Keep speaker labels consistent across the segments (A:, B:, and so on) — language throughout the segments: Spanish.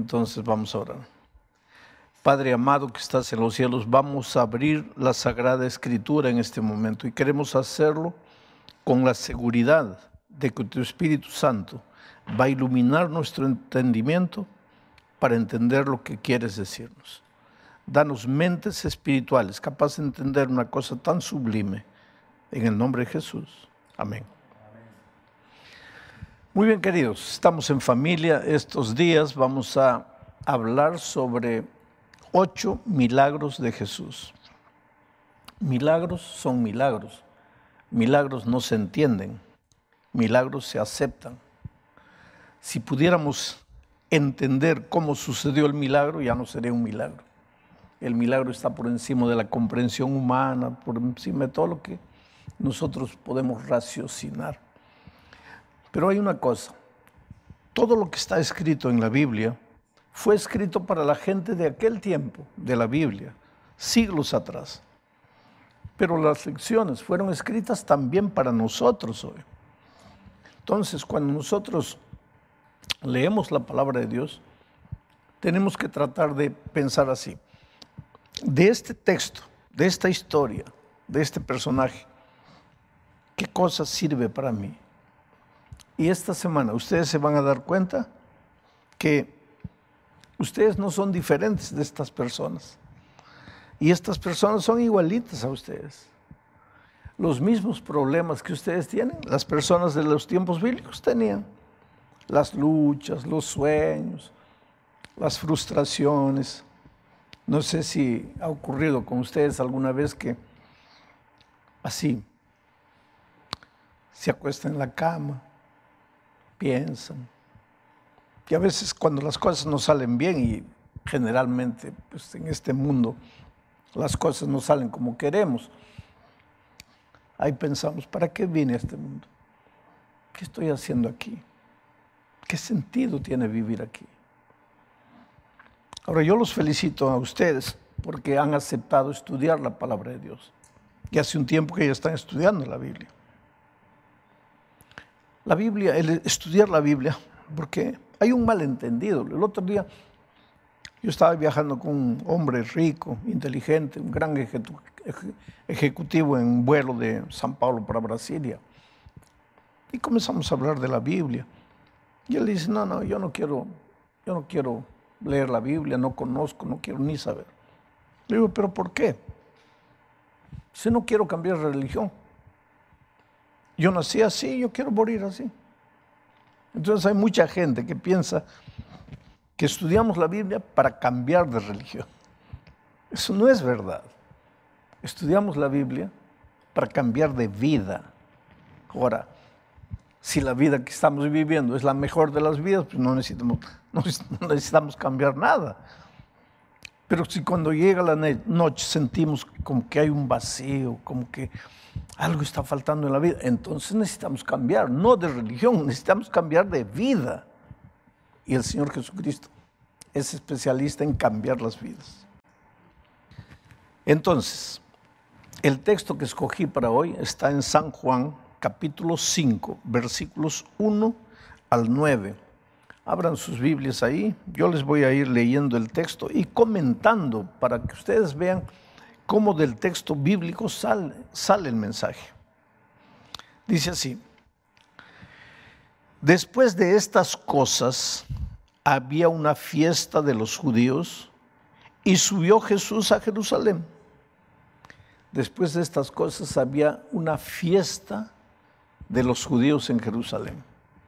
A: Entonces vamos a orar. Padre amado que estás en los cielos, vamos a abrir la Sagrada Escritura en este momento y queremos hacerlo con la seguridad de que tu Espíritu Santo va a iluminar nuestro entendimiento para entender lo que quieres decirnos. Danos mentes espirituales capaces de entender una cosa tan sublime. En el nombre de Jesús. Amén. Muy bien, queridos, estamos en familia. Estos días vamos a hablar sobre 8 milagros de Jesús. Milagros son milagros. Milagros no se entienden. Milagros se aceptan. Si pudiéramos entender cómo sucedió el milagro, ya no sería un milagro. El milagro está por encima de la comprensión humana, por encima de todo lo que nosotros podemos raciocinar. Pero hay una cosa, todo lo que está escrito en la Biblia fue escrito para la gente de aquel tiempo, de la Biblia, siglos atrás. Pero las lecciones fueron escritas también para nosotros hoy. Entonces, cuando nosotros leemos la palabra de Dios, tenemos que tratar de pensar así. De este texto, de esta historia, de este personaje, ¿qué cosa sirve para mí? Y esta semana ustedes se van a dar cuenta que ustedes no son diferentes de estas personas. Y estas personas son igualitas a ustedes. Los mismos problemas que ustedes tienen, las personas de los tiempos bíblicos tenían. Las luchas, los sueños, las frustraciones. No sé si ha ocurrido con ustedes alguna vez que así se acuestan en la cama, piensan. Y a veces cuando las cosas no salen bien, y generalmente pues, en este mundo las cosas no salen como queremos, ahí pensamos, ¿para qué vine a este mundo? ¿Qué estoy haciendo aquí? ¿Qué sentido tiene vivir aquí? Ahora yo los felicito a ustedes porque han aceptado estudiar la palabra de Dios. Y hace un tiempo que ya están estudiando la Biblia. La Biblia, el estudiar la Biblia, porque hay un malentendido. El otro día yo estaba viajando con un hombre rico, inteligente, un gran ejecutivo en un vuelo de San Pablo para Brasilia. Y comenzamos a hablar de la Biblia. Y él dice, no, yo no quiero leer la Biblia, no conozco, no quiero ni saber. Le digo, ¿pero por qué? Si no quiero cambiar de religión. Yo nací así, yo quiero morir así. Entonces hay mucha gente que piensa que estudiamos la Biblia para cambiar de religión. Eso no es verdad. Estudiamos la Biblia para cambiar de vida. Ahora, si la vida que estamos viviendo es la mejor de las vidas, pues no necesitamos cambiar nada. Pero si cuando llega la noche sentimos como que hay un vacío, como que algo está faltando en la vida, entonces necesitamos cambiar, no de religión, necesitamos cambiar de vida. Y el Señor Jesucristo es especialista en cambiar las vidas. Entonces, el texto que escogí para hoy está en San Juan, capítulo 5, versículos 1 al 9. Abran sus Biblias ahí, yo les voy a ir leyendo el texto y comentando para que ustedes vean cómo del texto bíblico sale el mensaje. Dice así: después de estas cosas había una fiesta de los judíos y subió Jesús a Jerusalén. Después de estas cosas había una fiesta de los judíos en Jerusalén.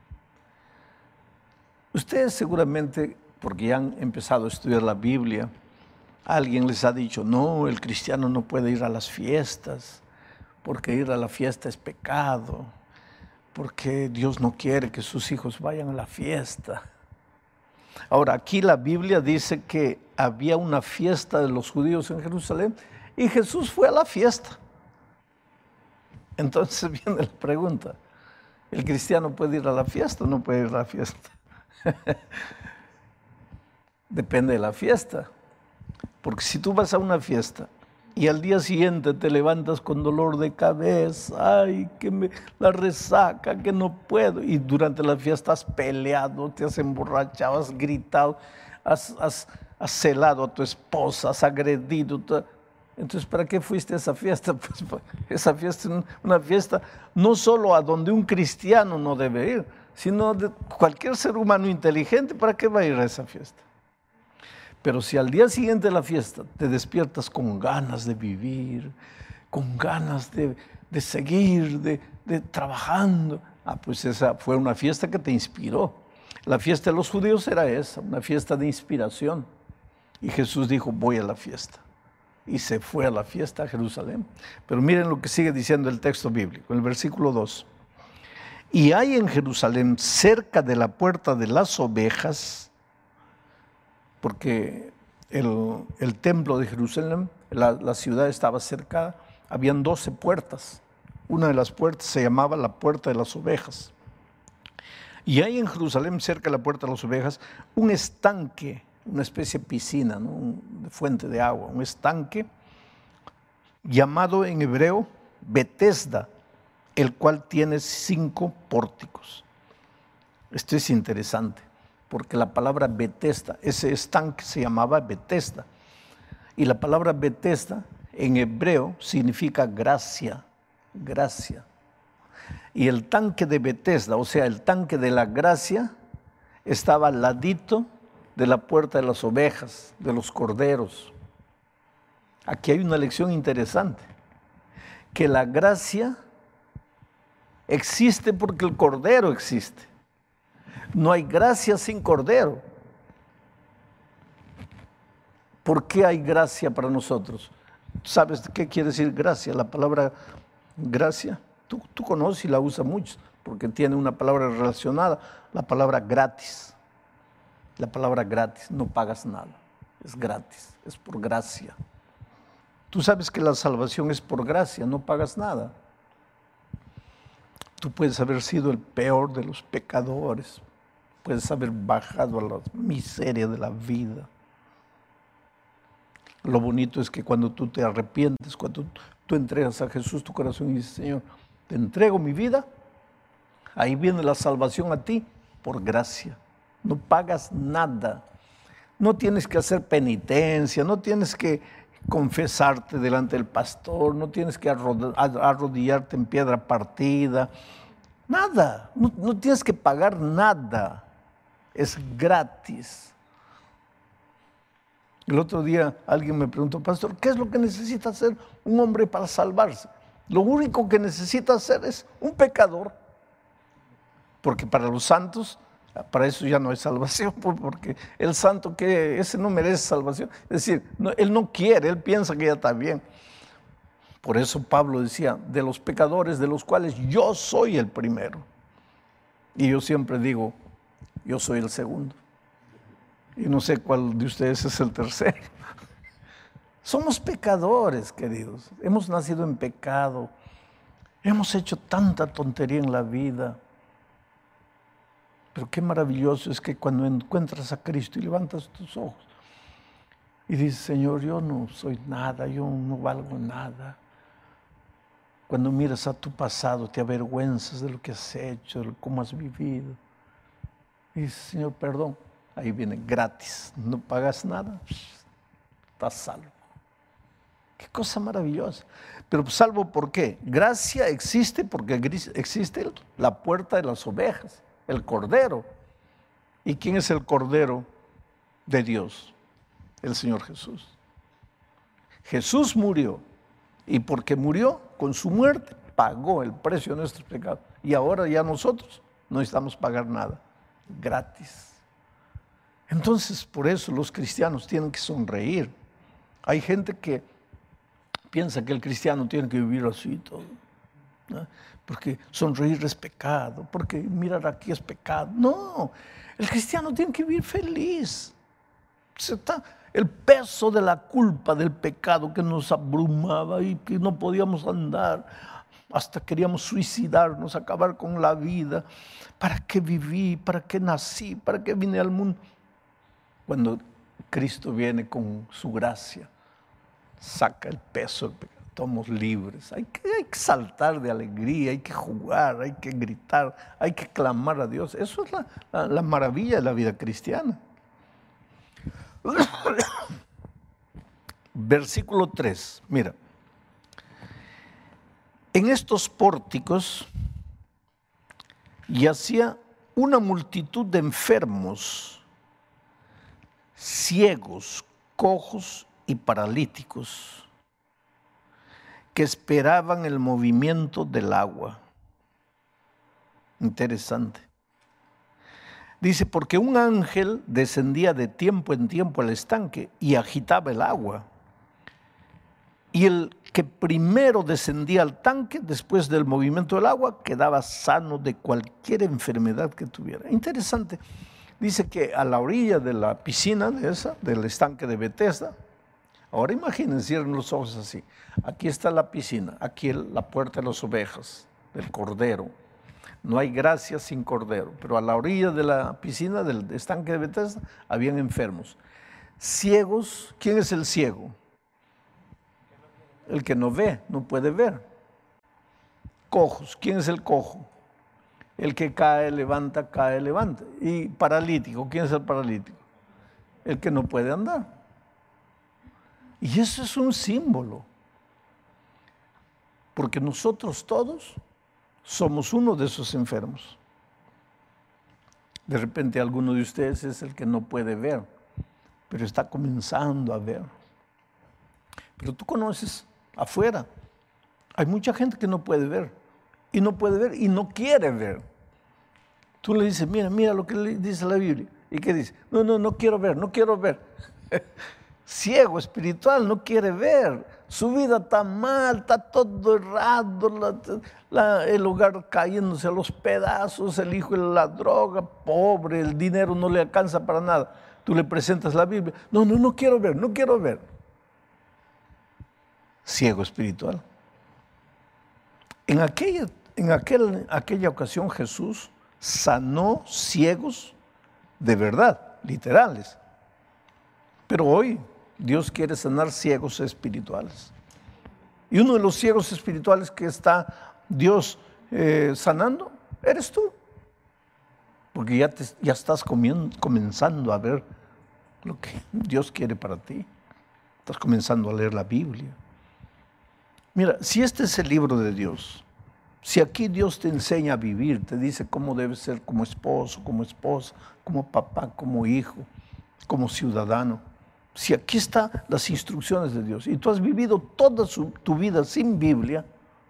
A: Ustedes seguramente, porque ya han empezado a estudiar la Biblia, alguien les ha dicho, no, el cristiano no puede ir a las fiestas, porque ir a la fiesta es pecado, porque Dios no quiere que sus hijos vayan a la fiesta. Ahora, aquí la Biblia dice que había una fiesta de los judíos en Jerusalén y Jesús fue a la fiesta. Entonces viene la pregunta, ¿el cristiano puede ir a la fiesta o no puede ir a la fiesta? Depende de la fiesta, porque si tú vas a una fiesta y al día siguiente te levantas con dolor de cabeza, ay, la resaca, que no puedo, y durante la fiesta has peleado, te has emborrachado, has gritado, has celado a tu esposa, has agredido. Entonces, ¿para qué fuiste a esa fiesta? Pues esa fiesta es una fiesta no solo a donde un cristiano no debe ir, sino de cualquier ser humano inteligente. ¿Para qué va a ir a esa fiesta? Pero si al día siguiente de la fiesta te despiertas con ganas de vivir, con ganas de seguir, de trabajando, pues esa fue una fiesta que te inspiró. La fiesta de los judíos era esa, una fiesta de inspiración. Y Jesús dijo, voy a la fiesta. Y se fue a la fiesta a Jerusalén. Pero miren lo que sigue diciendo el texto bíblico, el versículo 2. Y hay en Jerusalén, cerca de la puerta de las ovejas, porque el templo de Jerusalén, la ciudad estaba cercada, habían 12 puertas. Una de las puertas se llamaba la puerta de las ovejas. Y hay en Jerusalén, cerca de la puerta de las ovejas, un estanque, una especie de piscina, ¿no? Una fuente de agua, un estanque llamado en hebreo Betesda, el cual tiene 5 pórticos. Esto es interesante, porque la palabra Betesda, ese estanque se llamaba Betesda, y la palabra Betesda en hebreo significa gracia, gracia. Y el tanque de Betesda, o sea, el tanque de la gracia, estaba al ladito de la puerta de las ovejas, de los corderos. Aquí hay una lección interesante, que la gracia existe porque el cordero existe. No hay gracia sin cordero. ¿Por qué hay gracia para nosotros? ¿Sabes qué quiere decir gracia? La palabra gracia, tú conoces y la usas mucho, porque tiene una palabra relacionada, la palabra gratis. La palabra gratis, no pagas nada, es gratis, es por gracia. Tú sabes que la salvación es por gracia, no pagas nada. Tú puedes haber sido el peor de los pecadores, puedes haber bajado a la miseria de la vida. Lo bonito es que cuando tú te arrepientes, cuando tú entregas a Jesús tu corazón y dices, Señor, te entrego mi vida, ahí viene la salvación a ti por gracia. No pagas nada, no tienes que hacer penitencia, no tienes que confesarte delante del pastor, no tienes que arrodillarte en piedra partida, nada, no tienes que pagar nada, es gratis. El otro día alguien me preguntó, pastor, ¿qué es lo que necesita hacer un hombre para salvarse? Lo único que necesita hacer es un pecador, porque para los santos, para eso ya no hay salvación, porque el santo que ese no merece salvación. Es decir, él no quiere, él piensa que ya está bien. Por eso Pablo decía, de los pecadores de los cuales yo soy el primero. Y yo siempre digo, yo soy el segundo. Y no sé cuál de ustedes es el tercero. Somos pecadores, queridos. Hemos nacido en pecado. Hemos hecho tanta tontería en la vida. Pero qué maravilloso es que cuando encuentras a Cristo y levantas tus ojos y dices, Señor, yo no soy nada, yo no valgo nada. Cuando miras a tu pasado, te avergüenzas de lo que has hecho, de cómo has vivido. Y dices, Señor, perdón. Ahí viene gratis, no pagas nada, estás salvo. Qué cosa maravillosa. Pero salvo ¿por qué? Gracia existe porque existe la puerta de las ovejas, el cordero. ¿Y quién es el cordero de Dios? El Señor Jesús. Jesús murió y porque murió, con su muerte, pagó el precio de nuestros pecados. Y ahora ya nosotros no necesitamos pagar nada, gratis. Entonces, por eso los cristianos tienen que sonreír. Hay gente que piensa que el cristiano tiene que vivir así todo, ¿no? Porque sonreír es pecado, porque mirar aquí es pecado. No, el cristiano tiene que vivir feliz. El peso de la culpa del pecado que nos abrumaba y que no podíamos andar, hasta queríamos suicidarnos, acabar con la vida. ¿Para qué viví? ¿Para qué nací? ¿Para qué vine al mundo? Cuando Cristo viene con su gracia, saca el peso del pecado, estamos libres. Hay que saltar de alegría, hay que jugar, hay que gritar, hay que clamar a Dios. Eso es la maravilla de la vida cristiana. Versículo 3, mira. En estos pórticos yacía una multitud de enfermos, ciegos, cojos y paralíticos, que esperaban el movimiento del agua. Interesante. Dice, porque un ángel descendía de tiempo en tiempo al estanque y agitaba el agua. Y el que primero descendía al tanque, después del movimiento del agua, quedaba sano de cualquier enfermedad que tuviera. Interesante. Dice que a la orilla de la piscina del estanque de Bethesda, ahora imagínense, cierren los ojos así. Aquí está la piscina, aquí la puerta de las ovejas, del cordero. No hay gracia sin cordero, pero a la orilla de la piscina del estanque de Bethesda habían enfermos. Ciegos, ¿quién es el ciego? El que no ve, no puede ver. Cojos, ¿quién es el cojo? El que cae, levanta, cae, levanta. Y paralítico, ¿quién es el paralítico? El que no puede andar. Y eso es un símbolo. Porque nosotros todos somos uno de esos enfermos. De repente alguno de ustedes es el que no puede ver, pero está comenzando a ver. Pero tú conoces afuera, hay mucha gente que no puede ver, y no puede ver y no quiere ver. Tú le dices, mira lo que dice la Biblia. ¿Y qué dice? No quiero ver, no quiero ver. Ciego espiritual, no quiere ver. Su vida está mal, está todo errado, el hogar cayéndose a los pedazos, el hijo de la droga, pobre, el dinero no le alcanza para nada. Tú le presentas la Biblia. No quiero ver, no quiero ver. Ciego espiritual. En aquella ocasión Jesús sanó ciegos de verdad, literales. Pero hoy Dios quiere sanar ciegos espirituales. Y uno de los ciegos espirituales que está Dios sanando, eres tú. Porque ya estás comenzando a ver lo que Dios quiere para ti. Estás comenzando a leer la Biblia. Mira, si este es el libro de Dios, si aquí Dios te enseña a vivir, te dice cómo debes ser como esposo, como esposa, como papá, como hijo, como ciudadano. Si aquí están las instrucciones de Dios y tú has vivido toda tu vida sin Biblia,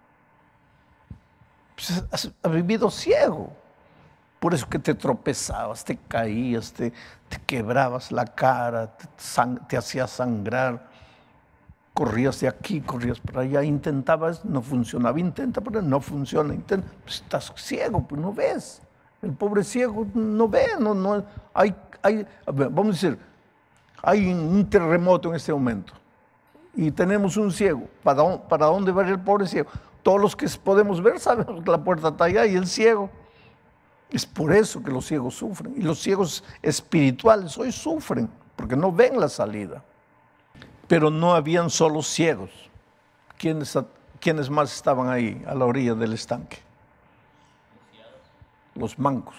A: pues has vivido ciego. Por eso que te tropezabas, te caías, te quebrabas la cara, te hacías sangrar. Corrías de aquí, corrías para allá, intentabas, no funcionaba, intenta, pero no funciona, intenta, pues estás ciego, pues no ves. El pobre ciego no ve, vamos a decir, hay un terremoto en este momento y tenemos un ciego. ¿Para dónde va el pobre ciego? Todos los que podemos ver sabemos que la puerta está allá y el ciego. Es por eso que los ciegos sufren. Y los ciegos espirituales hoy sufren porque no ven la salida. Pero no habían solo ciegos. ¿Quiénes más estaban ahí a la orilla del estanque? Los mancos.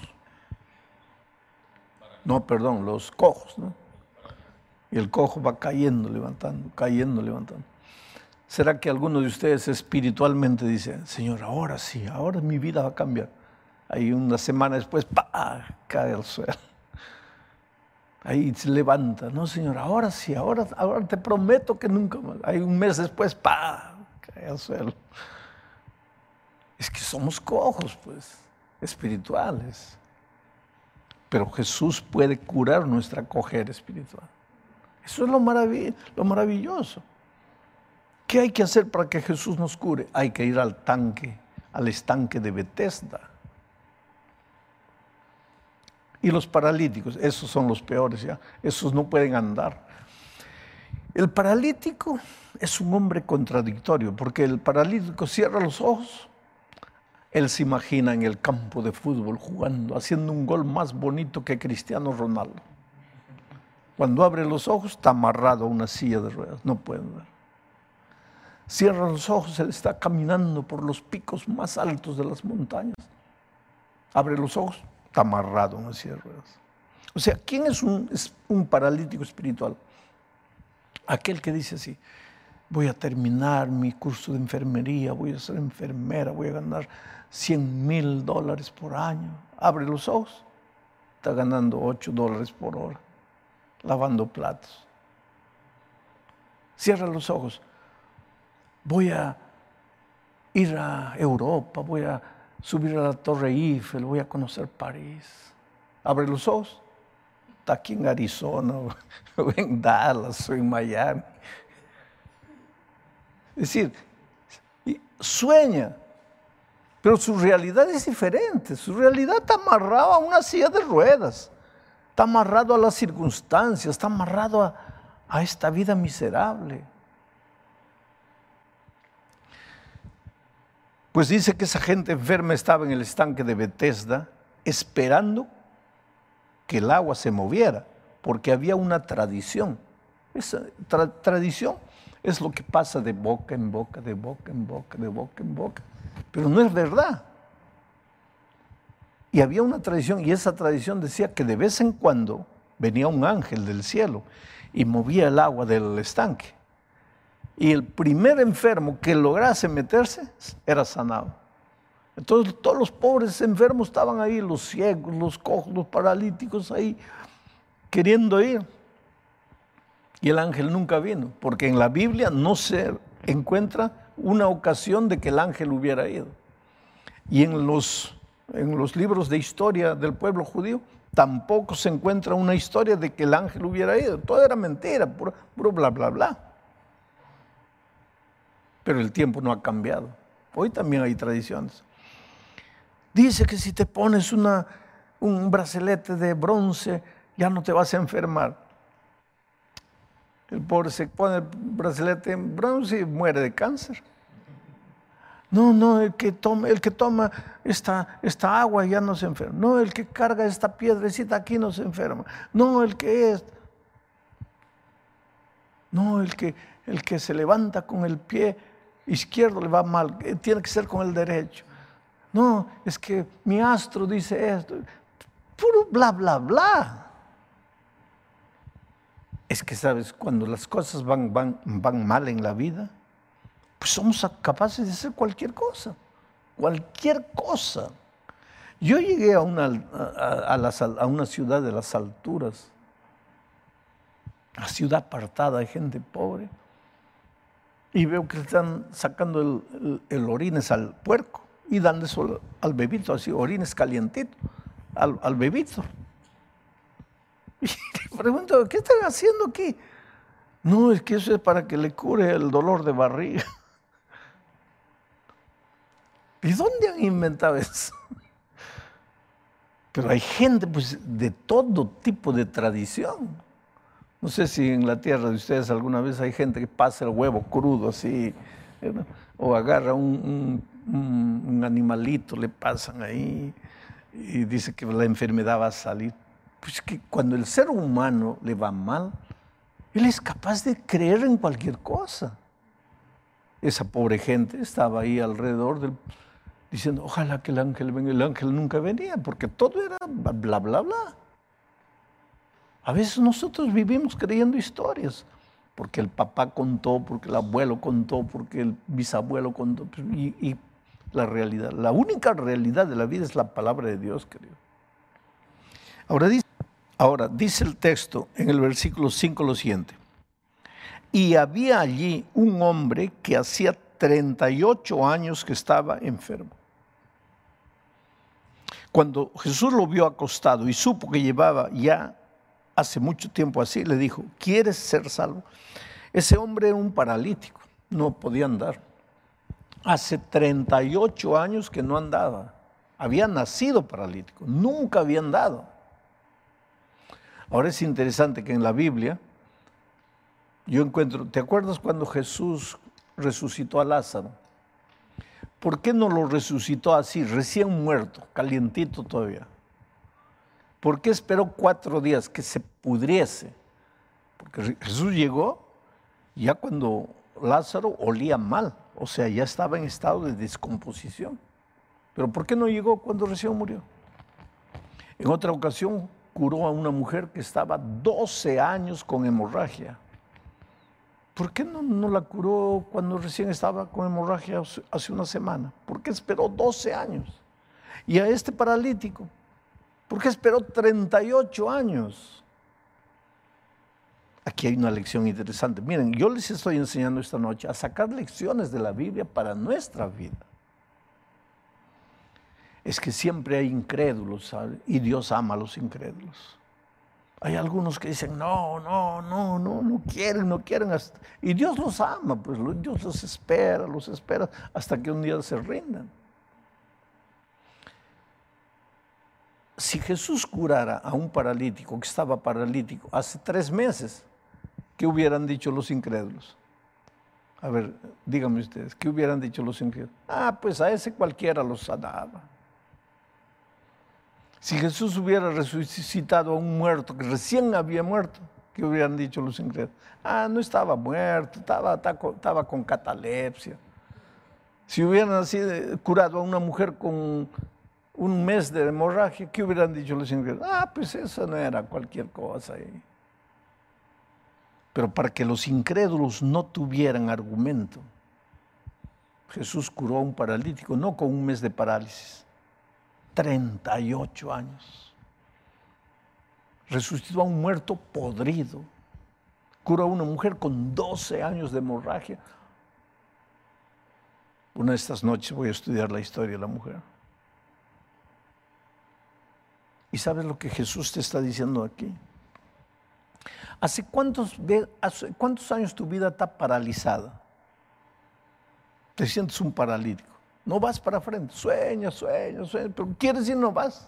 A: No, perdón, los cojos, ¿no? Y el cojo va cayendo, levantando, cayendo, levantando. ¿Será que alguno de ustedes espiritualmente dice, Señor, ahora sí, ahora mi vida va a cambiar? Ahí una semana después, ¡pah!, cae al suelo. Ahí se levanta, no Señor, ahora sí, ahora te prometo que nunca más. Ahí un mes después, ¡pah!, cae al suelo. Es que somos cojos, pues, espirituales. Pero Jesús puede curar nuestra cojera espiritual. Eso es lo maravilloso. ¿Qué hay que hacer para que Jesús nos cure? Hay que ir al estanque de Bethesda. Y los paralíticos, esos son los peores ya, esos no pueden andar. El paralítico es un hombre contradictorio, porque el paralítico cierra los ojos, él se imagina en el campo de fútbol jugando, haciendo un gol más bonito que Cristiano Ronaldo. Cuando abre los ojos está amarrado a una silla de ruedas, no puede andar. Cierra los ojos, él está caminando por los picos más altos de las montañas. Abre los ojos, está amarrado a una silla de ruedas. O sea, ¿quién es un paralítico espiritual? Aquel que dice así: voy a terminar mi curso de enfermería, voy a ser enfermera, voy a ganar $100,000 por año. Abre los ojos, está ganando $8 por hora, lavando platos. Cierra los ojos, voy a ir a Europa, voy a subir a la Torre Eiffel, voy a conocer París. Abre los ojos, está aquí en Arizona, o en Dallas, o en Miami. Es decir, sueña, pero su realidad es diferente. Su realidad está amarrado a una silla de ruedas, está amarrado a las circunstancias, está amarrado a esta vida miserable. Pues dice que esa gente enferma estaba en el estanque de Betesda esperando que el agua se moviera, porque había una tradición. Esa tradición es lo que pasa de boca en boca, de boca en boca, de boca en boca. Pero no es verdad. Y había una tradición, y esa tradición decía que de vez en cuando venía un ángel del cielo y movía el agua del estanque. Y el primer enfermo que lograse meterse era sanado. Entonces todos los pobres enfermos estaban ahí, los ciegos, los cojos, los paralíticos ahí, queriendo ir. Y el ángel nunca vino, porque en la Biblia no se encuentra una ocasión de que el ángel hubiera ido. Y en los libros de historia del pueblo judío tampoco se encuentra una historia de que el ángel hubiera ido. Todo era mentira, puro bla, bla, bla. Pero el tiempo no ha cambiado. Hoy también hay tradiciones. Dice que si te pones un bracelete de bronce, ya no te vas a enfermar. El pobre se pone el bracelete en bronce y muere de cáncer. No, el que toma esta agua ya no se enferma. No, el que carga esta piedrecita aquí no se enferma. No, el que se levanta con el pie izquierdo le va mal, tiene que ser con el derecho. No, es que mi astro dice esto. Puro bla, bla, bla. Es que, ¿sabes? Cuando las cosas van mal en la vida, pues somos capaces de hacer cualquier cosa. Cualquier cosa. Yo llegué a una ciudad de las alturas, una ciudad apartada de gente pobre, y veo que están sacando el orines al puerco y dando eso al bebito, así, orines calientitos, al bebito. Y le pregunto, ¿qué están haciendo aquí? No, es que eso es para que le cure el dolor de barriga. ¿Y dónde han inventado eso? Pero hay gente, pues, de todo tipo de tradición. No sé si en la tierra de ustedes alguna vez hay gente que pasa el huevo crudo así, ¿no? O agarra un animalito, le pasan ahí y dice que la enfermedad va a salir. Pues que cuando el ser humano le va mal, él es capaz de creer en cualquier cosa. Esa pobre gente estaba ahí alrededor diciendo, ojalá que el ángel venga. El ángel nunca venía, porque todo era bla, bla, bla. A veces nosotros vivimos creyendo historias, porque el papá contó, porque el abuelo contó, porque el bisabuelo contó, y la realidad, la única realidad de la vida es la palabra de Dios, querido. Ahora dice el texto en el versículo 5 lo siguiente: y había allí un hombre que hacía 38 años que estaba enfermo. Cuando Jesús lo vio acostado y supo que llevaba ya hace mucho tiempo así, le dijo, ¿quieres ser salvo? Ese hombre era un paralítico, no podía andar. Hace 38 años que no andaba. Había nacido paralítico, nunca había andado. Ahora es interesante que en la Biblia yo encuentro, ¿te acuerdas cuando Jesús resucitó a Lázaro? ¿Por qué no lo resucitó así, recién muerto, calientito todavía? ¿Por qué esperó 4 días que se pudriese? Porque Jesús llegó ya cuando Lázaro olía mal, o sea, ya estaba en estado de descomposición. ¿Pero por qué no llegó cuando recién murió? En otra ocasión, curó a una mujer que estaba 12 años con hemorragia. ¿Por qué no la curó cuando recién estaba con hemorragia hace una semana? ¿Por qué esperó 12 años? Y a este paralítico, ¿por qué esperó 38 años? Aquí hay una lección interesante. Miren, yo les estoy enseñando esta noche a sacar lecciones de la Biblia para nuestra vida. Es que siempre hay incrédulos, ¿sabe? Y Dios ama a los incrédulos. Hay algunos que dicen, no quieren. Y Dios los ama, pues Dios los espera hasta que un día se rindan. Si Jesús curara a un paralítico que estaba paralítico hace 3 meses, ¿qué hubieran dicho los incrédulos? A ver, díganme ustedes, ¿qué hubieran dicho los incrédulos? Pues a ese cualquiera los sanaba. Si Jesús hubiera resucitado a un muerto que recién había muerto, ¿qué hubieran dicho los incrédulos? No estaba muerto, estaba con catalepsia. Si hubieran así curado a una mujer con 1 mes de hemorragia, ¿qué hubieran dicho los incrédulos? Pues eso no era cualquier cosa. Pero para que los incrédulos no tuvieran argumento, Jesús curó a un paralítico, no con 1 mes de parálisis, 38 años. Resucitó a un muerto podrido. Curó a una mujer con 12 años de hemorragia. Una de estas noches voy a estudiar la historia de la mujer. ¿Y sabes lo que Jesús te está diciendo aquí? ¿Hace cuántos años tu vida está paralizada? Te sientes un paralítico. No vas para frente, sueñas, pero quieres ir, no vas.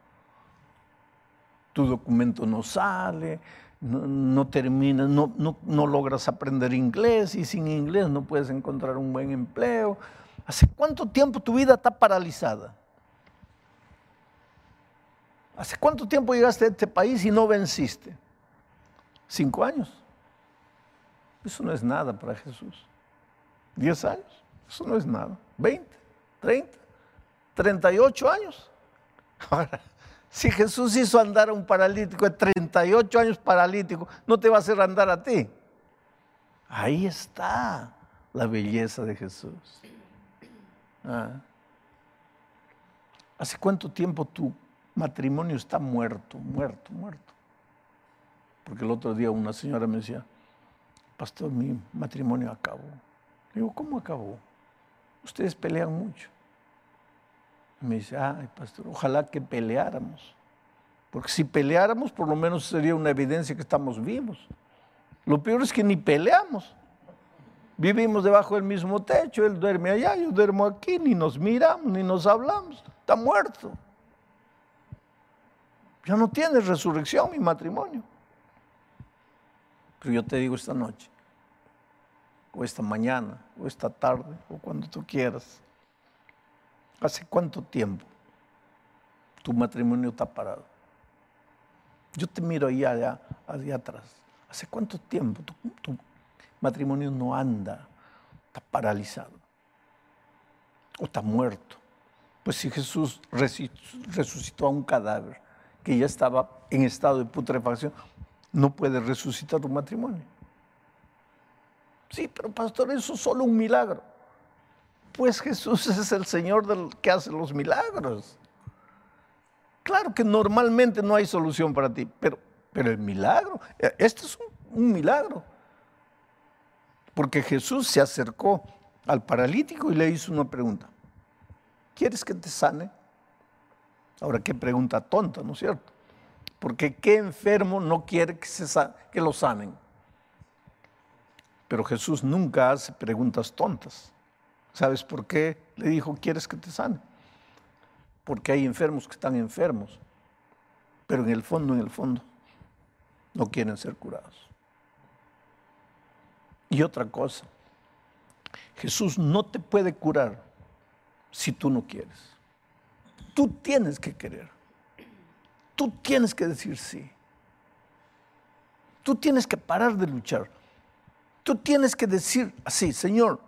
A: Tu documento no sale, no terminas, no logras aprender inglés y sin inglés no puedes encontrar un buen empleo. ¿Hace cuánto tiempo tu vida está paralizada? ¿Hace cuánto tiempo llegaste a este país y no venciste? 5 años. Eso no es nada para Jesús. 10 años, eso no es nada. 20, 30, 38 años. Ahora, si Jesús hizo andar a un paralítico de 38 años paralítico, ¿no te va a hacer andar a ti? Ahí está la belleza de Jesús. ¿Hace cuánto tiempo tu matrimonio está muerto? Porque el otro día una señora me decía, pastor, mi matrimonio acabó. Le digo, ¿cómo acabó? Ustedes pelean mucho. Y me dice, pastor, ojalá que peleáramos. Porque si peleáramos, por lo menos sería una evidencia que estamos vivos. Lo peor es que ni peleamos. Vivimos debajo del mismo techo, él duerme allá, yo duermo aquí, ni nos miramos, ni nos hablamos. Está muerto. Ya no tiene resurrección mi matrimonio. Pero yo te digo esta noche, o esta mañana, o esta tarde, o cuando tú quieras, ¿hace cuánto tiempo tu matrimonio está parado? Yo te miro allá atrás. ¿Hace cuánto tiempo tu matrimonio no anda? Está paralizado. O está muerto. Pues si Jesús resucitó a un cadáver que ya estaba en estado de putrefacción, no puede resucitar tu matrimonio. Sí, pero pastor, eso es solo un milagro. Pues Jesús es el Señor que hace los milagros. Claro que normalmente no hay solución para ti, pero el milagro, este es un milagro. Porque Jesús se acercó al paralítico y le hizo una pregunta. ¿Quieres que te sane? Ahora, qué pregunta tonta, ¿no es cierto? Porque ¿qué enfermo no quiere que lo sanen? Pero Jesús nunca hace preguntas tontas. ¿Sabes por qué le dijo, ¿quieres que te sane? Porque hay enfermos que están enfermos, pero en el fondo, no quieren ser curados. Y otra cosa, Jesús no te puede curar si tú no quieres. Tú tienes que querer. Tú tienes que decir sí. Tú tienes que parar de luchar. Tú tienes que decir así, Señor,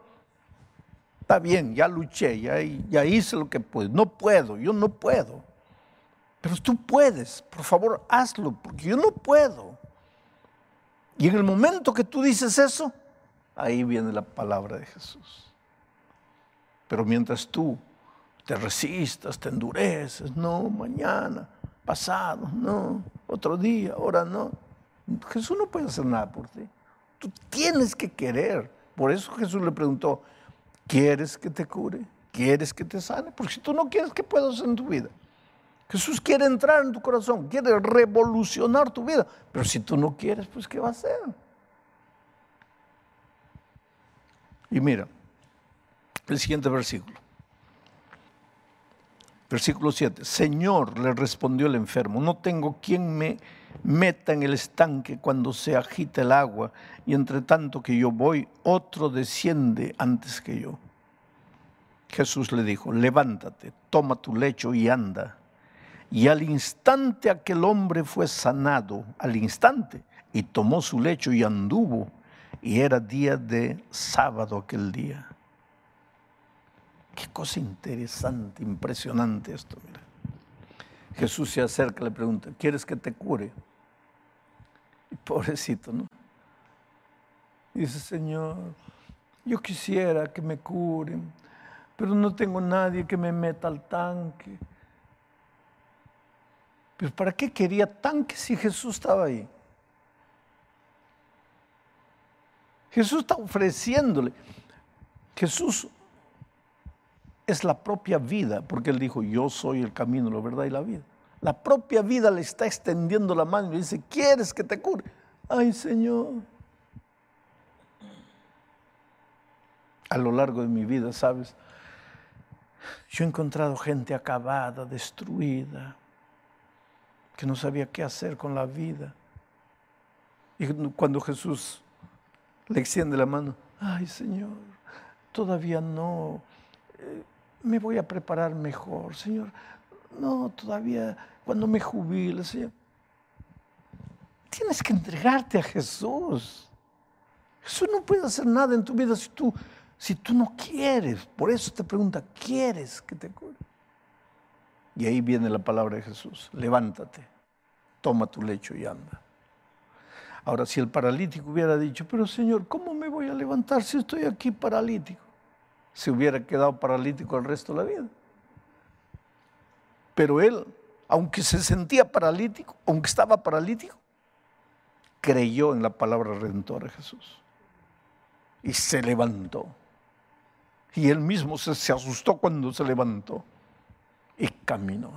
A: está bien, ya luché, ya hice lo que puedo. Yo no puedo. Pero tú puedes, por favor, hazlo, porque yo no puedo. Y en el momento que tú dices eso, ahí viene la palabra de Jesús. Pero mientras tú te resistas, te endureces, no, mañana, pasado, no, otro día, ahora no. Jesús no puede hacer nada por ti. Tú tienes que querer. Por eso Jesús le preguntó, ¿quieres que te cure? ¿Quieres que te sane? Porque si tú no quieres, ¿qué puedo hacer en tu vida? Jesús quiere entrar en tu corazón, quiere revolucionar tu vida. Pero si tú no quieres, pues ¿qué va a hacer? Y mira, el siguiente versículo. Versículo 7. Señor, le respondió el enfermo, no tengo quien me meta en el estanque cuando se agita el agua, y entre tanto que yo voy, otro desciende antes que yo. Jesús le dijo, levántate, toma tu lecho y anda. Y al instante aquel hombre fue sanado, al instante, y tomó su lecho y anduvo, y era día de sábado aquel día. Qué cosa interesante, impresionante esto, mira. Jesús se acerca y le pregunta, ¿quieres que te cure? Y pobrecito, ¿no? Y dice, Señor, yo quisiera que me curen, pero no tengo nadie que me meta al tanque. Pero ¿para qué quería tanque si Jesús estaba ahí? Jesús está ofreciéndole. Jesús es la propia vida, porque Él dijo, yo soy el camino, la verdad y la vida. La propia vida le está extendiendo la mano y le dice, ¿quieres que te cure? Ay, Señor. A lo largo de mi vida, ¿sabes? Yo he encontrado gente acabada, destruida, que no sabía qué hacer con la vida. Y cuando Jesús le extiende la mano, ay, Señor, todavía no, me voy a preparar mejor, Señor. No, todavía, cuando me jubile, Señor. Tienes que entregarte a Jesús. Jesús no puede hacer nada en tu vida si tú no quieres. Por eso te pregunta, ¿quieres que te cure? Y ahí viene la palabra de Jesús. Levántate, toma tu lecho y anda. Ahora, si el paralítico hubiera dicho, pero Señor, ¿cómo me voy a levantar si estoy aquí paralítico? Se hubiera quedado paralítico el resto de la vida. Pero él, aunque se sentía paralítico, aunque estaba paralítico, creyó en la palabra redentora de Jesús. Y se levantó. Y él mismo se asustó cuando se levantó. Y caminó.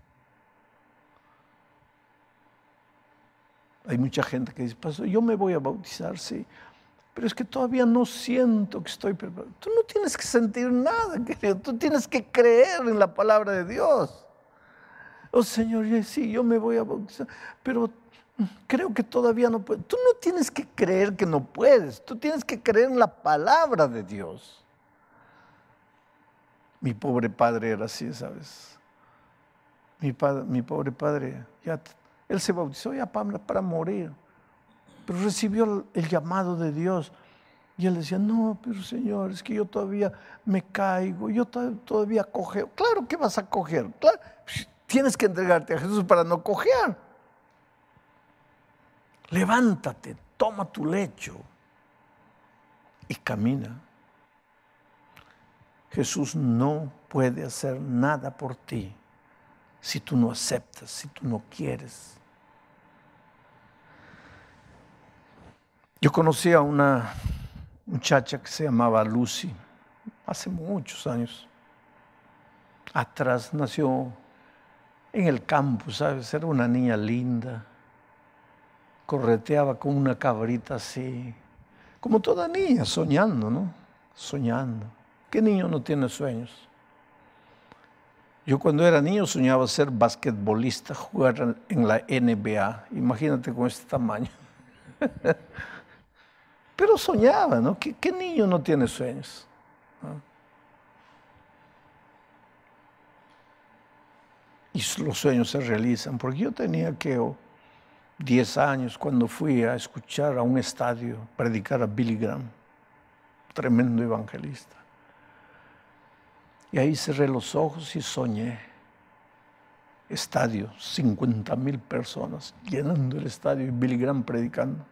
A: Hay mucha gente que dice, pastor, yo me voy a bautizar, sí. Pero es que todavía no siento que estoy preparado. Tú no tienes que sentir nada, querido. Tú tienes que creer en la palabra de Dios. Oh, Señor, sí, yo me voy a bautizar, pero creo que todavía no puedo. Tú no tienes que creer que no puedes. Tú tienes que creer en la palabra de Dios. Mi pobre padre era así, ¿sabes? Mi pobre padre, él se bautizó ya para morir. Pero recibió el llamado de Dios. Y él decía, no, pero Señor, es que yo todavía me caigo, yo todavía cojeo. Claro que vas a coger, claro. Tienes que entregarte a Jesús para no cojear. Levántate, toma tu lecho y camina. Jesús no puede hacer nada por ti si tú no aceptas, si tú no quieres. Yo conocí a una muchacha que se llamaba Lucy, hace muchos años. Atrás nació en el campo, ¿sabes? Era una niña linda. Correteaba con una cabrita así, como toda niña, soñando, ¿no? Soñando. ¿Qué niño no tiene sueños? Yo cuando era niño soñaba ser basquetbolista, jugar en la NBA. Imagínate con este tamaño. Pero soñaba, ¿no? ¿Qué niño no tiene sueños? ¿No? Y los sueños se realizan, porque yo tenía 10 años cuando fui a escuchar a un estadio predicar a Billy Graham, tremendo evangelista. Y ahí cerré los ojos y soñé. estadio, 50,000 personas, llenando el estadio y Billy Graham predicando.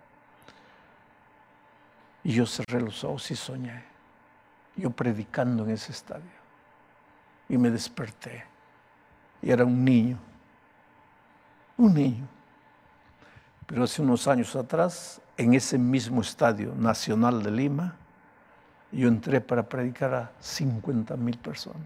A: Y yo cerré los ojos y soñé, yo predicando en ese estadio. Y me desperté. Y era un niño. Pero hace unos años atrás, en ese mismo estadio nacional de Lima, yo entré para predicar a 50,000 personas.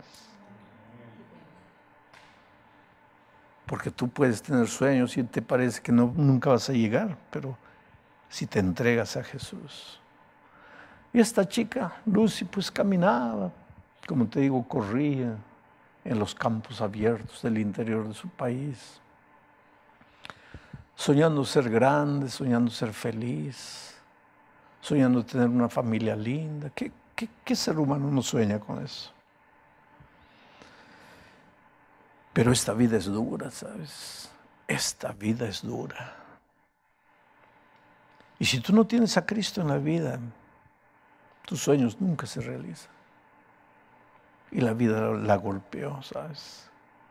A: Porque tú puedes tener sueños y te parece que nunca vas a llegar, pero si te entregas a Jesús. Y esta chica, Lucy, pues caminaba, como te digo, corría en los campos abiertos del interior de su país, soñando ser grande, soñando ser feliz, soñando tener una familia linda. ¿Qué ser humano no sueña con eso? Pero esta vida es dura, ¿sabes? Esta vida es dura. Y si tú no tienes a Cristo en la vida, tus sueños nunca se realizan. Y la vida la golpeó, ¿sabes?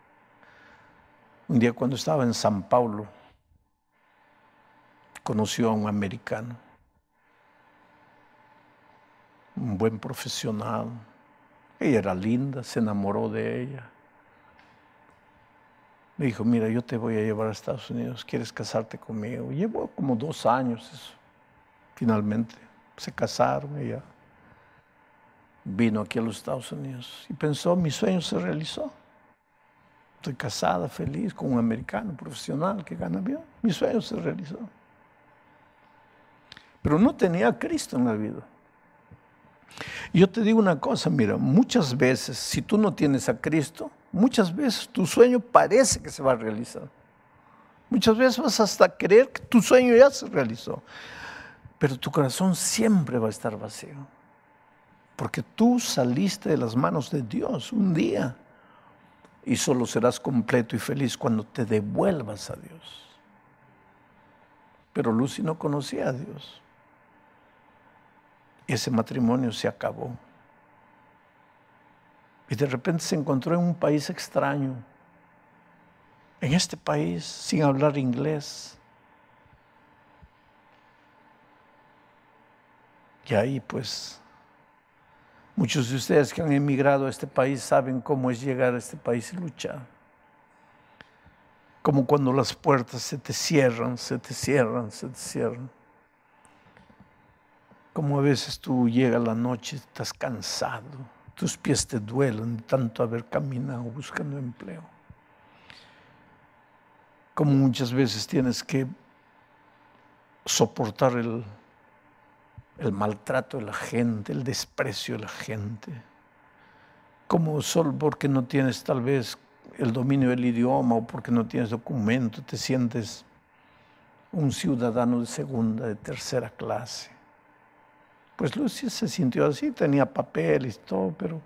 A: Un día cuando estaba en San Paulo, conoció a un americano, un buen profesional. Ella era linda, se enamoró de ella. Me dijo, mira, yo te voy a llevar a Estados Unidos, ¿quieres casarte conmigo? Llevó como 2 años eso. Finalmente se casaron, ella vino aquí a los Estados Unidos y pensó, mi sueño se realizó. Estoy casada, feliz, con un americano profesional que gana bien. Mi sueño se realizó. Pero no tenía a Cristo en la vida. Y yo te digo una cosa, mira, muchas veces, si tú no tienes a Cristo, muchas veces tu sueño parece que se va a realizar. Muchas veces vas hasta creer que tu sueño ya se realizó. Pero tu corazón siempre va a estar vacío. Porque tú saliste de las manos de Dios un día. Y solo serás completo y feliz cuando te devuelvas a Dios. Pero Lucy no conocía a Dios. Y ese matrimonio se acabó. Y de repente se encontró en un país extraño. En este país, sin hablar inglés. Y ahí pues, muchos de ustedes que han emigrado a este país saben cómo es llegar a este país y luchar. Como cuando las puertas se te cierran, se te cierran, se te cierran. Como a veces tú llegas la noche, estás cansado, tus pies te duelen de tanto haber caminado buscando empleo. Como muchas veces tienes que soportar el maltrato de la gente, el desprecio de la gente. Como solo porque no tienes tal vez el dominio del idioma o porque no tienes documento, te sientes un ciudadano de segunda, de tercera clase. Pues Lucy se sintió así, tenía papeles y todo, pero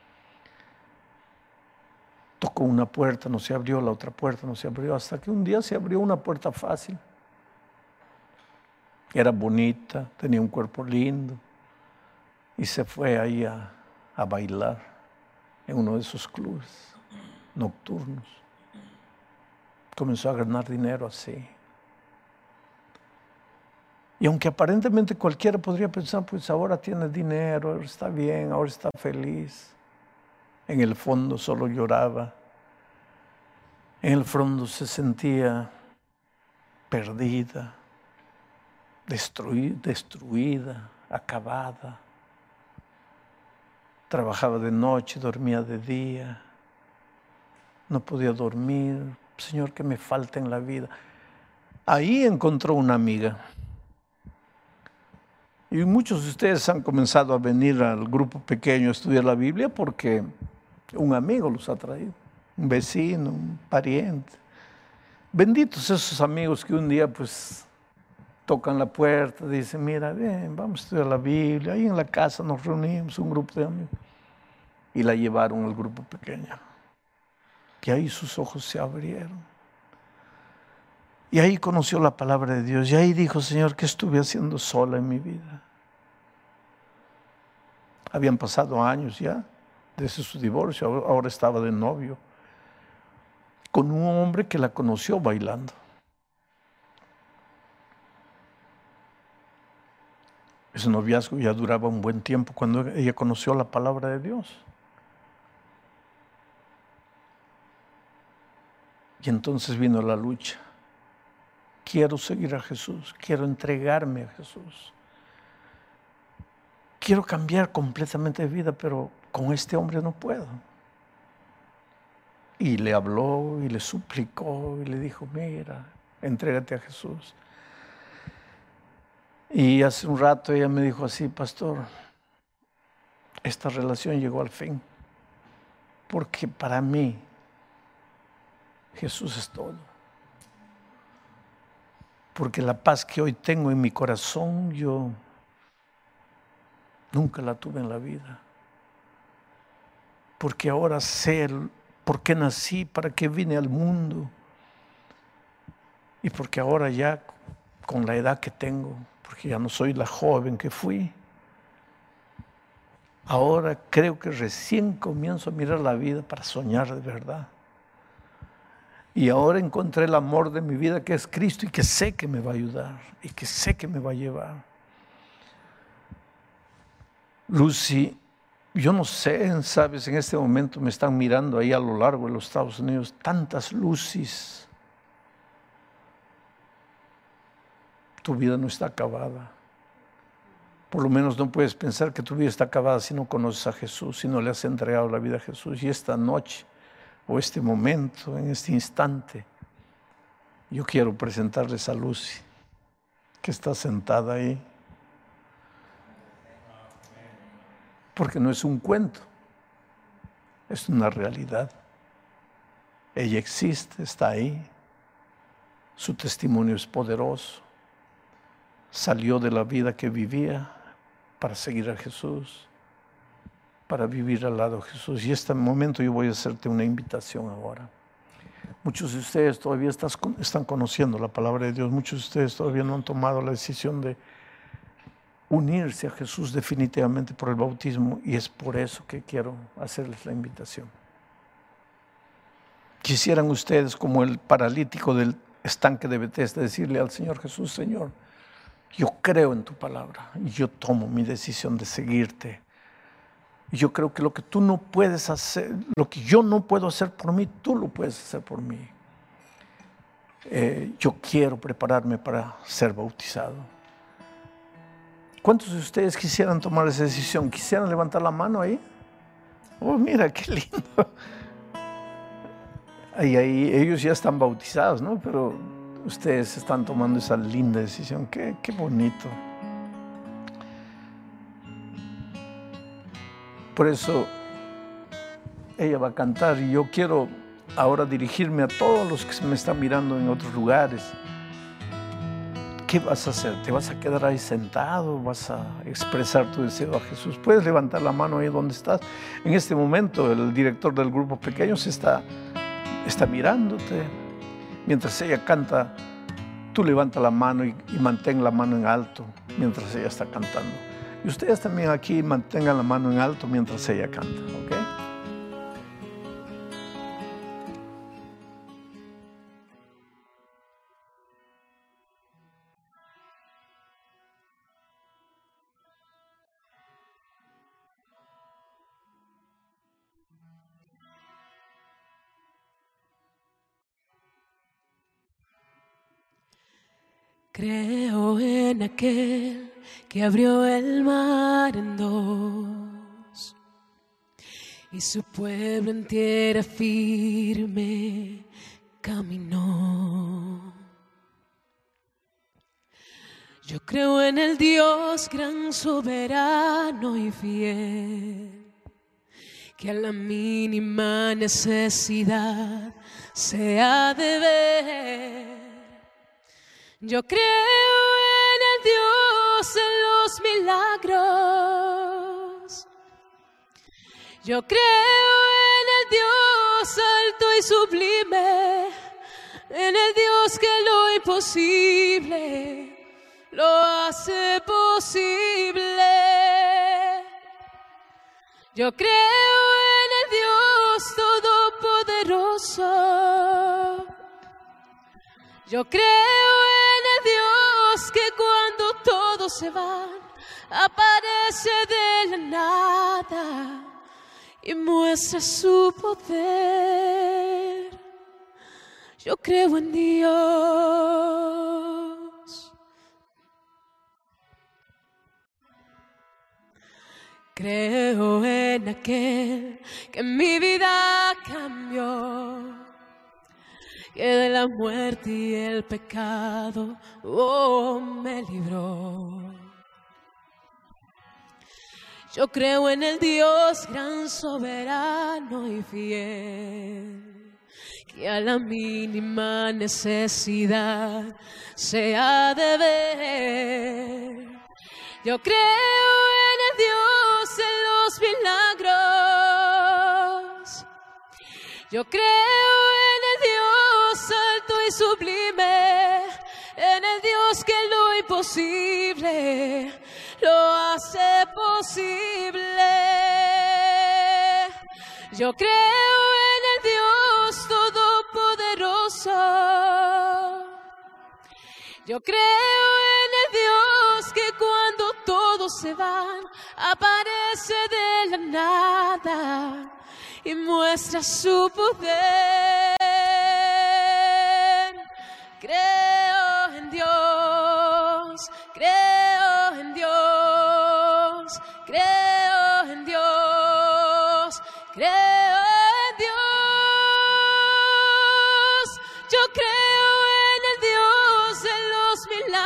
A: tocó una puerta, no se abrió, la otra puerta no se abrió, hasta que un día se abrió una puerta fácil. Era bonita, tenía un cuerpo lindo y se fue ahí a bailar en uno de esos clubes nocturnos. Comenzó a ganar dinero así. Y aunque aparentemente cualquiera podría pensar, pues ahora tiene dinero, ahora está bien, ahora está feliz. En el fondo solo lloraba. En el fondo se sentía perdida, destruida, acabada. Trabajaba de noche, dormía de día. No podía dormir. Señor, ¿qué me falta en la vida? Ahí encontró una amiga. Y muchos de ustedes han comenzado a venir al grupo pequeño a estudiar la Biblia porque un amigo los ha traído, un vecino, un pariente. Benditos esos amigos que un día pues tocan la puerta, dicen, mira, ven, vamos a estudiar la Biblia. Ahí en la casa nos reunimos, un grupo de amigos. Y la llevaron al grupo pequeño. Y ahí sus ojos se abrieron. Y ahí conoció la palabra de Dios. Y ahí dijo, Señor, ¿qué estuve haciendo sola en mi vida? Habían pasado años ya desde su divorcio, ahora estaba de novio con un hombre que la conoció bailando. Ese noviazgo ya duraba un buen tiempo cuando ella conoció la palabra de Dios. Y entonces vino la lucha. Quiero seguir a Jesús, quiero entregarme a Jesús. Quiero cambiar completamente de vida, pero con este hombre no puedo. Y le habló y le suplicó y le dijo, mira, entrégate a Jesús. Y hace un rato ella me dijo así, pastor, esta relación llegó al fin, porque para mí Jesús es todo. Porque la paz que hoy tengo en mi corazón, yo nunca la tuve en la vida. Porque ahora sé por qué nací, para qué vine al mundo. Y porque ahora ya con la edad que tengo, porque ya no soy la joven que fui, ahora creo que recién comienzo a mirar la vida para soñar de verdad. Y ahora encontré el amor de mi vida, que es Cristo, y que sé que me va a ayudar, y que sé que me va a llevar. Lucy, yo no sé, sabes, en este momento me están mirando ahí a lo largo de los Estados Unidos tantas Lucys. Tu vida no está acabada. Por lo menos no puedes pensar que tu vida está acabada si no conoces a Jesús, si no le has entregado la vida a Jesús. Y esta noche, o este momento, en este instante, yo quiero presentarles a Lucy, que está sentada ahí. Porque no es un cuento, es una realidad. Ella existe, está ahí. Su testimonio es poderoso. Salió de la vida que vivía para seguir a Jesús, para vivir al lado de Jesús. Y este momento yo voy a hacerte una invitación ahora. Muchos de ustedes todavía están conociendo la palabra de Dios. Muchos de ustedes todavía no han tomado la decisión de unirse a Jesús definitivamente por el bautismo, y es por eso que quiero hacerles la invitación. Quisieran ustedes, como el paralítico del estanque de Betesda, decirle al Señor Jesús, Señor, yo creo en tu palabra y yo tomo mi decisión de seguirte. Y yo creo que lo que tú no puedes hacer, lo que yo no puedo hacer por mí, tú lo puedes hacer por mí. Yo quiero prepararme para ser bautizado. ¿Cuántos de ustedes quisieran tomar esa decisión? ¿Quisieran levantar la mano ahí? Oh, mira, qué lindo. Ahí, ellos ya están bautizados, ¿no? Pero ustedes están tomando esa linda decisión. Qué bonito. Por eso ella va a cantar, y yo quiero ahora dirigirme a todos los que me están mirando en otros lugares. ¿Qué vas a hacer? ¿Te vas a quedar ahí sentado? ¿Vas a expresar tu deseo a Jesús? Puedes levantar la mano ahí donde estás. En este momento el director del grupo Pequeños está mirándote. Mientras ella canta, tú levanta la mano y mantén la mano en alto mientras ella está cantando. Y ustedes también aquí mantengan la mano en alto mientras ella canta, ¿ok?
B: Creo en aquel que abrió el mar en dos y su pueblo en tierra firme caminó. Yo creo en el Dios gran, soberano y fiel, que a la mínima necesidad se ha de ver. Yo creo en el Dios de los milagros. Yo creo en el Dios alto y sublime, en el Dios que lo imposible lo hace posible. Yo creo en el Dios todopoderoso, Yo creo en el Dios que cuando todos se van, aparece de la nada y muestra su poder. Yo creo en Dios. Creo en aquel que mi vida cambió, que de la muerte y el pecado me libró. Yo creo en el Dios gran, soberano y fiel, que a la mínima necesidad se ha de ver. Yo creo en el Dios de los milagros. Yo creo en el Dios alto y sublime, en el Dios que lo imposible lo hace posible. Yo creo en el Dios todopoderoso. Yo creo en el Dios que cuando todos se van, aparece de la nada y muestra su poder. Creo en Dios, creo en Dios, creo en Dios, creo en Dios. Yo creo en el Dios de los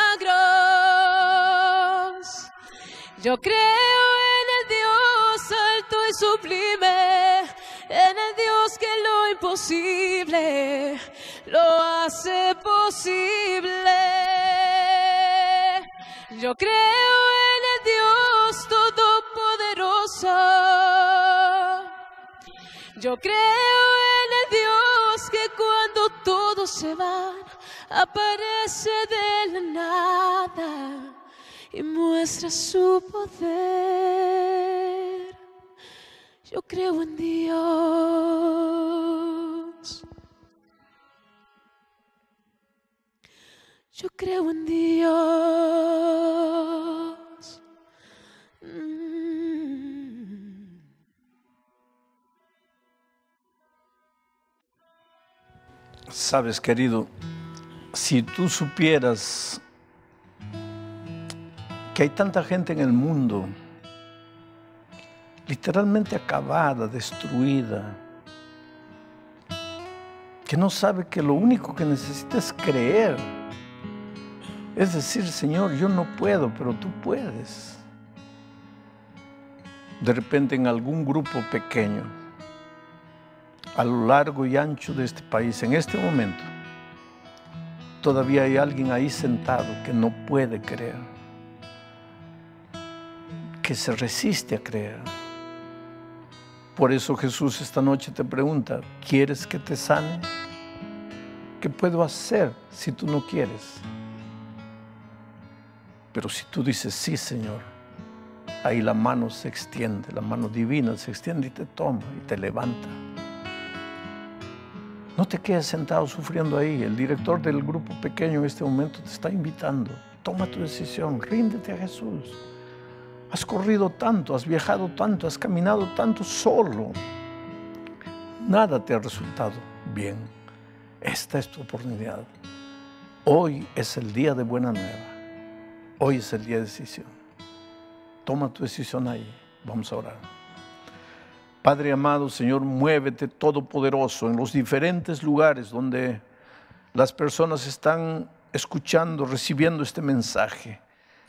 B: milagros. Yo creo en el Dios alto y sublime, en el Dios que lo imposible lo hace posible. Yo creo en el Dios todopoderoso. Yo creo en el Dios que cuando todos se van, aparece de la nada y muestra su poder. Yo creo en Dios. Yo creo en Dios.
A: Sabes, querido, si tú supieras que hay tanta gente en el mundo literalmente acabada, destruida, que no sabe que lo único que necesita es creer. Es decir, Señor, yo no puedo, pero tú puedes. De repente en algún grupo pequeño, a lo largo y ancho de este país, en este momento, todavía hay alguien ahí sentado que no puede creer, que se resiste a creer. Por eso Jesús esta noche te pregunta, ¿quieres que te sane? ¿Qué puedo hacer si tú no quieres? Pero si tú dices, sí, Señor, ahí la mano se extiende, la mano divina se extiende y te toma y te levanta. No te quedes sentado sufriendo ahí. El director del grupo pequeño en este momento te está invitando. Toma tu decisión, ríndete a Jesús. Has corrido tanto, has viajado tanto, has caminado tanto solo. Nada te ha resultado bien. Esta es tu oportunidad. Hoy es el día de buena nueva. Hoy es el día de decisión. Toma tu decisión ahí. Vamos a orar. Padre amado, Señor, muévete todopoderoso en los diferentes lugares donde las personas están escuchando, recibiendo este mensaje.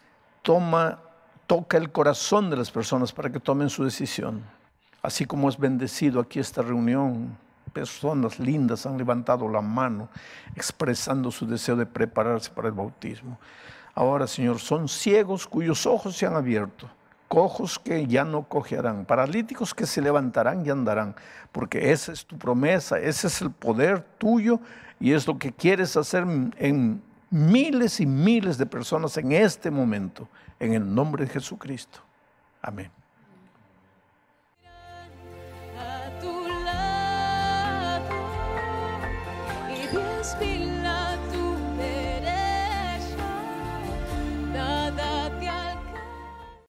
A: Toca el corazón de las personas para que tomen su decisión. Así como has bendecido aquí esta reunión, personas lindas han levantado la mano expresando su deseo de prepararse para el bautismo. Ahora, Señor, son ciegos cuyos ojos se han abierto, cojos que ya no cojearán, paralíticos que se levantarán y andarán, porque esa es tu promesa, ese es el poder tuyo y es lo que quieres hacer en miles y miles de personas en este momento, en el nombre de Jesucristo. Amén.
B: A tu lado y 10,000